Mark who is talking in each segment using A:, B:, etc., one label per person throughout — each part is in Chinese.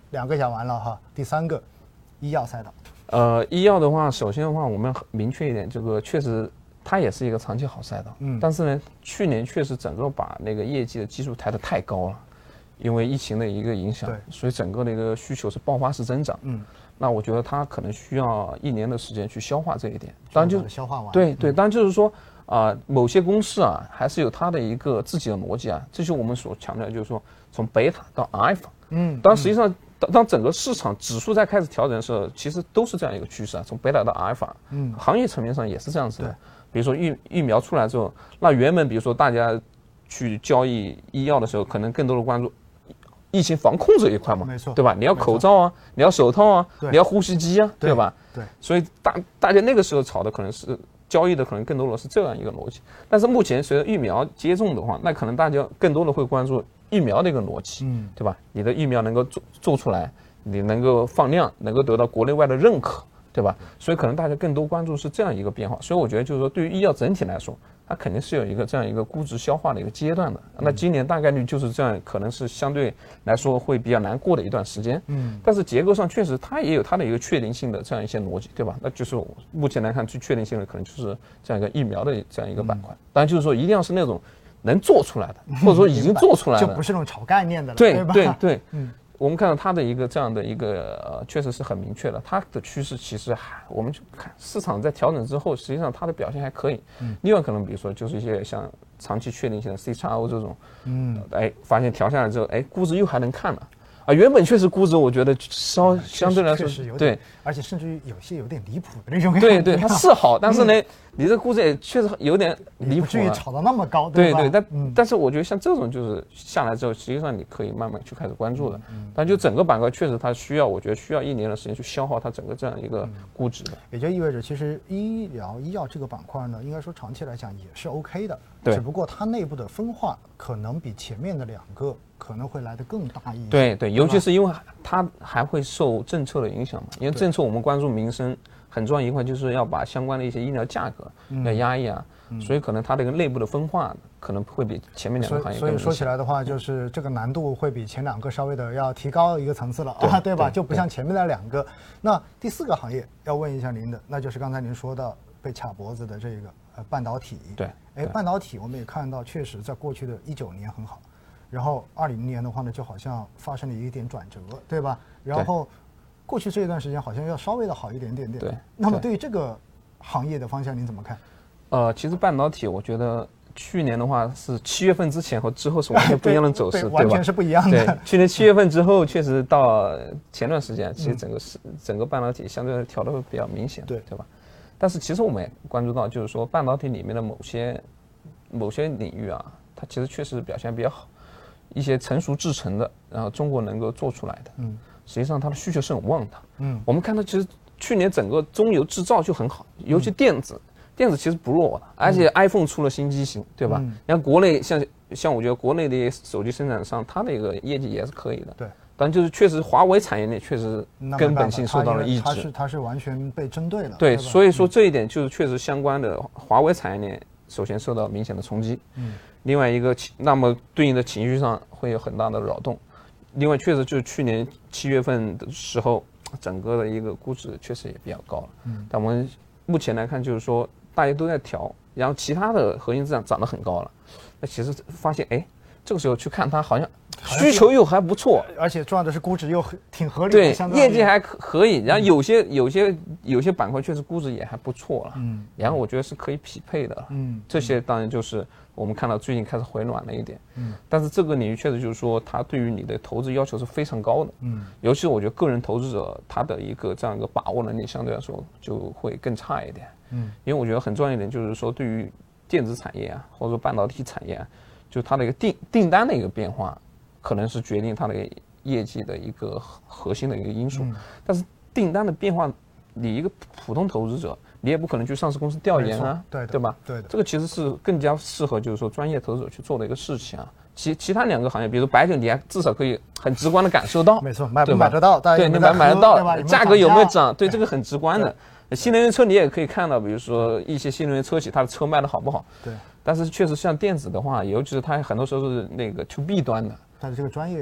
A: 2个讲完了哈，第3个医药赛道。
B: 医药的话，首先的话，我们明确一点，这个确实它也是一个长期好赛道。但是呢，去年确实整个把那个业绩的基数抬得太高了，因为疫情的一个影响，所以整个的一个需求是爆发式增长。那我觉得它可能需要1年的时间去消化这一点。当然就
A: 消化完。对，
B: 当然就是说某些公司还是有它的一个自己的逻辑这就是我们所强调，就是说从贝塔到阿尔法。当实际上。当整个市场指数在开始调整的时候，其实都是这样一个趋势从贝塔到阿尔法。行业层面上也是这样子的。比如说疫苗出来之后，那原本比如说大家去交易医药的时候，可能更多的关注疫情防控这一块嘛，
A: 没错，
B: 对吧？你要口罩你要手套你要呼吸机对吧？
A: 对，
B: 所以大家那个时候炒的可能是交易的，可能更多的是这样一个逻辑。但是目前随着疫苗接种的话，那可能大家更多的会关注疫苗的一个逻辑，对吧？你的疫苗能够做出来，你能够放量，能够得到国内外的认可，对吧？所以可能大家更多关注是这样一个变化。所以我觉得就是说，对于医药整体来说，它肯定是有一个这样一个估值消化的一个阶段的。那今年大概率就是这样，可能是相对来说会比较难过的一段时间。但是结构上确实它也有它的一个确定性的这样一些逻辑，对吧？那就是目前来看最确定性的可能就是这样一个疫苗的这样一个板块。当然就是说一定要是那种能做出来的，或者说已经做出来的，
A: 就不是那种炒概念的了，
B: 对
A: 吧？
B: 对，我们看到它的一个这样的一个确实是很明确的，它的趋势其实我们就看市场在调整之后，实际上它的表现还可以。另外可能比如说就是一些像长期确定性的 CXO 这种，发现调下来之后，估值又还能看了。原本确实估值，我觉得相对来说对，
A: 而且甚至于有些有点离谱的那种感觉。
B: 对，它是好，但是呢，你这估值也确实有点离谱，
A: 不至于炒到那么高，
B: 对
A: 吧？
B: 但是我觉得像这种就是下来之后，实际上你可以慢慢去开始关注的。但就整个板块确实它我觉得需要1年的时间去消耗它整个这样一个估值的。
A: 也就意味着，其实医药这个板块呢，应该说长期来讲也是 OK 的，
B: 只
A: 不过它内部的分化可能比前面的2个可能会来得更大一些。
B: 对，尤其是因为它还会受政策的影响嘛，因为政策我们关注民生很重要一块，就是要把相关的一些医疗价格要压抑所以可能它这个内部的分化可能会比前面2个行业更明显。
A: 所以说起来的话，就是这个难度会比前2个稍微的要提高一个层次了对吧？就不像前面的2个。那第4个行业要问一下您的，那就是刚才您说到被卡脖子的这个半导体。
B: 对，
A: 半导体我们也看到，确实在过去的19年很好。然后2020年的话呢，就好像发生了一点转折，对吧？然后过去这一段时间好像要稍微的好一点点。
B: 对。
A: 那么对于这个行业的方向您怎么看？
B: 其实半导体，我觉得去年的话是7月份之前和之后是完全不一样的走势，对吧？
A: 完全是不一样的。
B: 对，去年7月份之后，确实到前段时间，其实整个半导体相对调的会比较明显，对吧？但是其实我们也关注到，就是说半导体里面的某些领域它其实确实表现比较好。一些成熟制成的，然后中国能够做出来的，实际上它的需求是很旺的。我们看到其实去年整个中游制造就很好，尤其电子其实不弱的，而且 iPhone 出了新机型，对吧？你看国内像我觉得国内的手机生产商，它的一个业绩也是可以的。
A: 对，
B: 但就是确实华为产业链确实根本性受到了抑制，
A: 它是完全被针对了。
B: 对，所以说这一点就是确实相关的华为产业链首先受到明显的冲击。另外一个，那么对应的情绪上会有很大的扰动。另外，确实就是去年7月份的时候，整个的一个估值确实也比较高了。但我们目前来看，就是说大家都在调，然后其他的核心资产涨得很高了。那其实发现，这个时候去看它，好像需求又还不错，
A: 而且重要的是估值又挺合理
B: 的，
A: 对，
B: 业绩还可以。然后有些板块确实估值也还不错了。然后我觉得是可以匹配的。这些当然就是我们看到最近开始回暖了一点。但是这个领域确实就是说，它对于你的投资要求是非常高的。尤其我觉得个人投资者他的一个这样一个把握能力相对来说就会更差一点。因为我觉得很重要一点就是说，对于电子产业或者说半导体产业就它的一个订单的一个变化，可能是决定它的业绩的一个核心的一个因素。但是订单的变化，你一个普通投资者，你也不可能去上市公司调研对吧？
A: 对的，
B: 这个其实是更加适合就是说专业投资者去做的一个事情其他2个行业，比如白酒，你还至少可以很直观的感受到，
A: 没错，买得到，
B: 对，你买得到，价格有没有涨，对，这个很直观的。新能源车你也可以看到，比如说一些新能源车企，它的车卖的好不好？
A: 对。
B: 但是确实像电子的话，尤其是它很多时候是那个 to B 端的，
A: 它的这个专业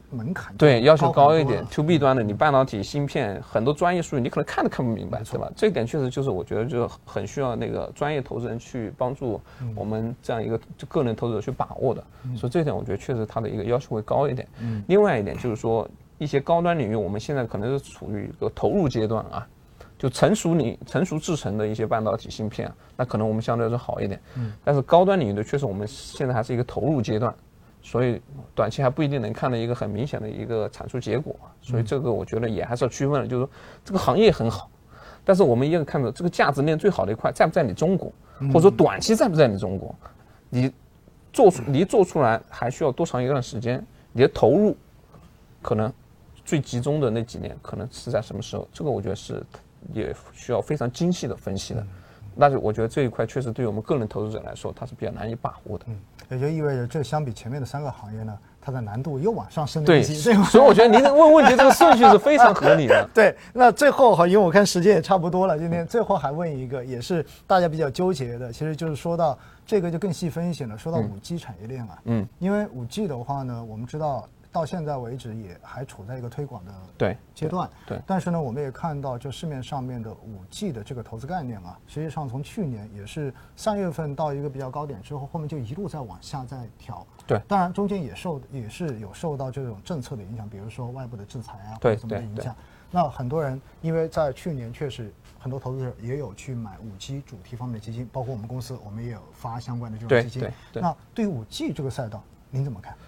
A: 门槛
B: 对要求高一点
A: 很多了
B: ，to B 端的你半导体芯片很多专业术语你可能看都看不明白，对吧？这一点确实就是我觉得就很需要那个专业投资人去帮助我们这样一个就个人投资者去把握的，所以这一点我觉得确实它的一个要求会高一点。另外一点就是说一些高端领域我们现在可能是处于一个投入阶段啊。就成熟制成的一些半导体芯片，那可能我们相对来说好一点。但是高端领域的确实我们现在还是一个投入阶段，所以短期还不一定能看到一个很明显的一个产出结果。所以这个我觉得也还是要区分的，就是说这个行业很好，但是我们也要看到这个价值链最好的一块在不在你中国，或者说短期在不在你中国，你做出来还需要多长一段时间，你的投入可能最集中的那几年可能是在什么时候，这个我觉得是也需要非常精细的分析的，但是我觉得这一块确实对于我们个人投资者来说，它是比较难以把握的。
A: 也就意味着这相比前面的3个行业呢，它的难度又往上升了
B: 对，
A: 一级。
B: 所以我觉得您的问题这个顺序是非常合理的。
A: 对，那最后哈，因为我看时间也差不多了，今天最后还问一个，也是大家比较纠结的，其实就是说到这个就更细分析了，说到5G 产业链啊，因为5G 的话呢，我们知道。到现在为止也还处在一个推广的阶段，
B: 对。
A: 但是呢，我们也看到，就市面上面的5G 的这个投资概念啊，实际上从去年也是3月份到一个比较高点之后，后面就一路在往下再调。
B: 对。
A: 当然中间也是有受到这种政策的影响，比如说外部的制裁啊，或者什么的影响。那很多人因为在去年确实很多投资者也有去买5G 主题方面的基金，包括我们公司，我们也有发相关的这种基金。
B: 对。
A: 那对于5G 这个赛道，您怎么看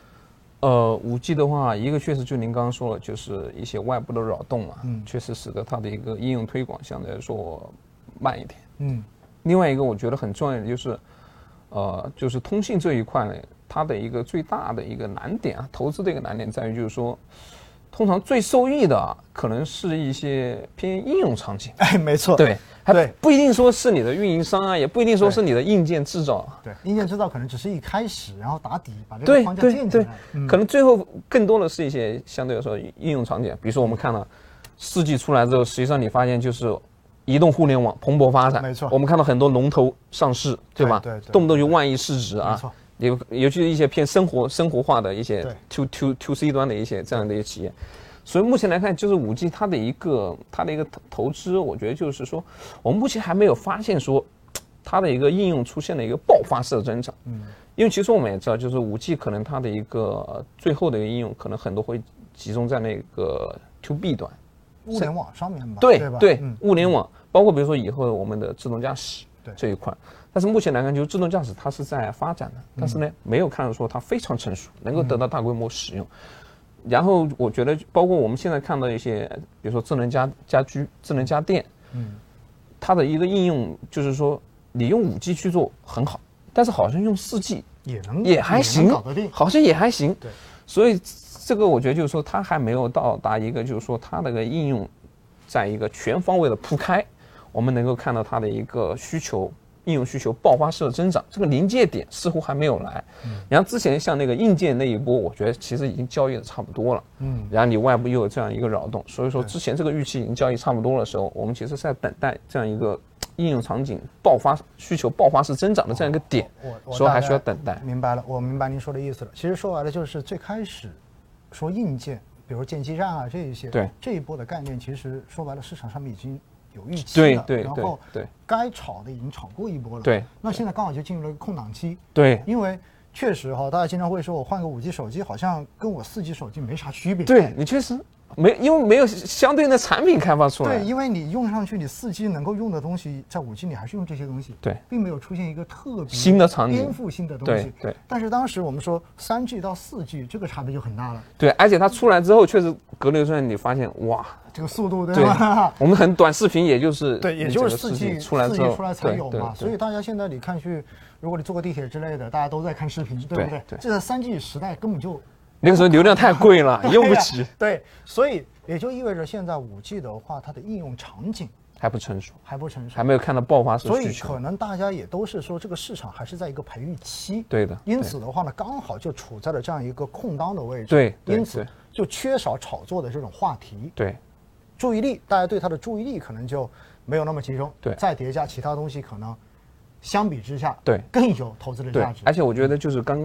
B: ？5G 的话，一个确实就您刚刚说了，就是一些外部的扰动嘛，确实使得它的一个应用推广相对来说慢一点。另外一个我觉得很重要的就是，就是通信这一块呢，它的一个最大的一个难点啊，投资的一个难点在于就是说，通常最受益的可能是一些偏应用场景。
A: 哎，没错，
B: 对。还不一定说是你的运营商啊，也不一定说是你的硬件制造。
A: 对，硬件制造可能只是一开始，然后打底，把这个框架建起来。
B: 可能最后更多的是一些相对来说应用场景，比如说我们看到4G 出来之后，实际上你发现就是移动互联网蓬勃发展。
A: 没错，
B: 我们看到很多龙头上市，对吧？
A: 对，
B: 动不动就万亿市值啊。
A: 没错，
B: 尤其是一些偏生活化的一些 to C 端的一些这样的一些企业。所以目前来看，就是5G它的一个投资，我觉得就是说，我们目前还没有发现说它的一个应用出现了一个爆发式的增长。因为其实我们也知道，就是 5G 可能它的一个最后的一个应用，可能很多会集中在那个 to B 端，
A: 物联网上面吧。
B: 对，物联网，包括比如说以后我们的自动驾驶这一块。但是目前来看，就是自动驾驶它是在发展的，但是呢，没有看到说它非常成熟，能够得到大规模使用。然后我觉得，包括我们现在看到一些，比如说智能家居、智能家电，它的一个应用就是说，你用5G 去做很好，但是好像用4G 也还行，好像也还行。
A: 对，
B: 所以这个我觉得就是说，它还没有到达一个就是说它的个应用，在一个全方位的铺开，我们能够看到它的一个应用需求爆发式的增长，这个临界点似乎还没有来。然后之前像那个硬件那一波，我觉得其实已经交易的差不多了。然后你外部又有这样一个扰动，所以说之前这个预期已经交易差不多的时候，我们其实是在等待这样一个应用场景需求爆发式增长的这样一个点，所以还需要等待。
A: 明白了，我明白您说的意思了。其实说白了就是最开始说硬件，比如建基站啊这一些，这一波的概念，其实说白了市场上面已经有预期了，然后该炒的已经炒过一波了，那现在刚好就进入了一个空档期，因为确实哈，大家经常会说我换个5G 手机好像跟我4G 手机没啥区别，
B: 对你确实因为没有相对应的产品开发出来，
A: 对，因为你用上去你4G 能够用的东西，在5G 你还是用这些东西，并没有出现一个特别
B: 新的场景、
A: 颠覆性的东西，
B: 对。但
A: 是当时我们说3G 到4G 这个差别就很大了，
B: 对，而且它出来之后确实隔了一段，你发现哇。
A: 这个速度对吧？
B: 我们很短视频也就是
A: 也就是4G
B: 出来
A: 才有嘛，所以大家现在你看去，如果你坐个地铁之类的，大家都在看视频，对不对？这在3G 时代根本就
B: 那个时候流量太贵了，用不起。
A: 对，所以也就意味着现在5G 的话，它的应用场景
B: 还不成熟，
A: 还
B: 没有看到爆发式需求，
A: 所以可能大家也都是说这个市场还是在一个培育期。
B: 对的。
A: 因此的话呢，刚好就处在了这样一个空当的位置。因此就缺少炒作的这种话题。注意力，大家对它的注意力可能就没有那么集中。再叠加其他东西，可能相比之下更有投资的价值。
B: 而且我觉得就是刚刚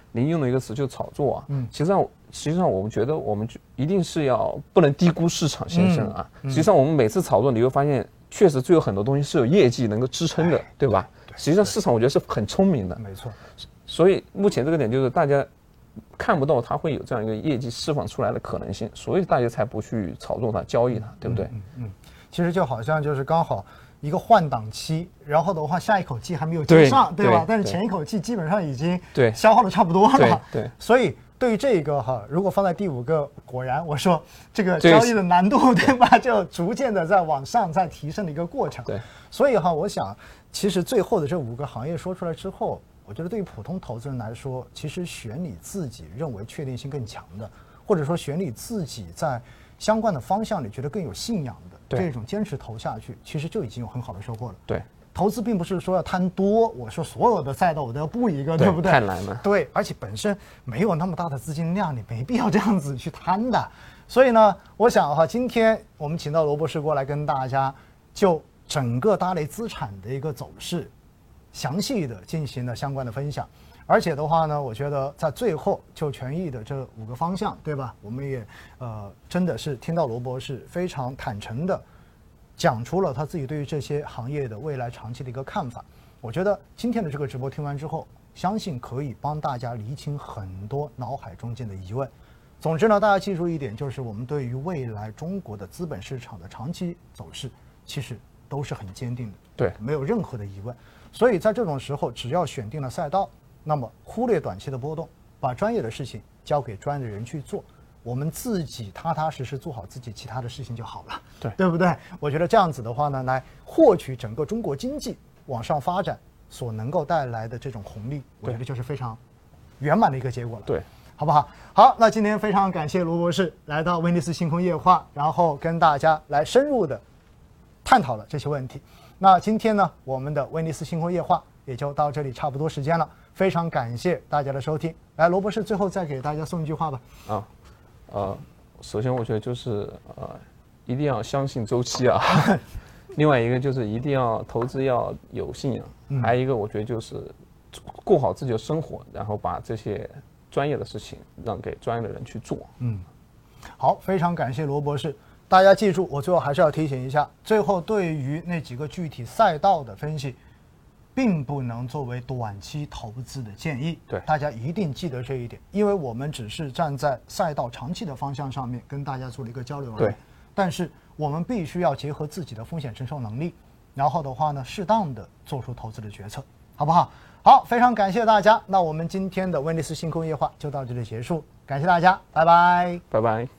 B: 您用的一个词就是炒作啊，实际上我们觉得我们一定是不能低估市场先生啊。实际上我们每次炒作，你会发现确实最后很多东西是有业绩能够支撑的，对吧？实际上市场我觉得是很聪明的，
A: 没错。
B: 所以目前这个点就是大家看不到它会有这样一个业绩释放出来的可能性，所以大家才不去炒作它、交易它，对不对？
A: 其实就好像就是刚好一个换挡期，然后的话下一口气还没有接上，对吧？但是前一口气基本上已经消耗的差不多了，
B: 对。
A: 所以对于这个如果放在第5个，果然我说这个交易的难度，对吧？就逐渐的在往上在提升的一个过程。
B: 对。
A: 所以我想其实最后的这5个行业说出来之后，我觉得对于普通投资人来说，其实选你自己认为确定性更强的，或者说选你自己在相关的方向里觉得更有信仰的这种坚持投下去，其实就已经有很好的收获了。
B: 对，
A: 投资并不是说要贪多，我说所有的赛道我都要布一个，对不对？
B: 太难了。
A: 对，而且本身没有那么大的资金量，你没必要这样子去贪的。所以呢，我想今天我们请到罗博士过来跟大家就整个大类资产的一个走势详细的进行了相关的分享。而且的话呢，我觉得在最后就权益的这5个方向，对吧？我们也真的是听到罗博士非常坦诚的讲出了他自己对于这些行业的未来长期的一个看法。我觉得今天的这个直播听完之后，相信可以帮大家厘清很多脑海中间的疑问。总之呢，大家记住一点，就是我们对于未来中国的资本市场的长期走势，其实都是很坚定的，
B: 对，
A: 没有任何的疑问。所以在这种时候，只要选定了赛道，那么忽略短期的波动，把专业的事情交给专业的人去做，我们自己踏踏实实做好自己其他的事情就好了，对不对？我觉得这样子的话呢，来获取整个中国经济往上发展所能够带来的这种红利，我觉得就是非常圆满的一个结果了，
B: 对，
A: 好不好？好，那今天非常感谢罗博士来到威尼斯星空夜话，然后跟大家来深入的探讨了这些问题。那今天呢，我们的威尼斯星空夜话也就到这里差不多时间了，非常感谢大家的收听。来，罗博士最后再给大家送一句话吧。
B: 首先我觉得就是一定要相信周期啊，另外一个就是一定要投资要有信仰，还有一个我觉得就是过好自己的生活，然后把这些专业的事情让给专业的人去做。
A: 好，非常感谢罗博士。大家记住，我最后还是要提醒一下，最后对于那几个具体赛道的分析，并不能作为短期投资的建议。
B: 对，
A: 大家一定记得这一点，因为我们只是站在赛道长期的方向上面跟大家做了一个交流而已。
B: 对，
A: 但是我们必须要结合自己的风险承受能力，然后的话呢，适当的做出投资的决策，好不好？好，非常感谢大家。那我们今天的威尼斯星空夜话就到这里结束，感谢大家，拜拜，
B: 拜拜。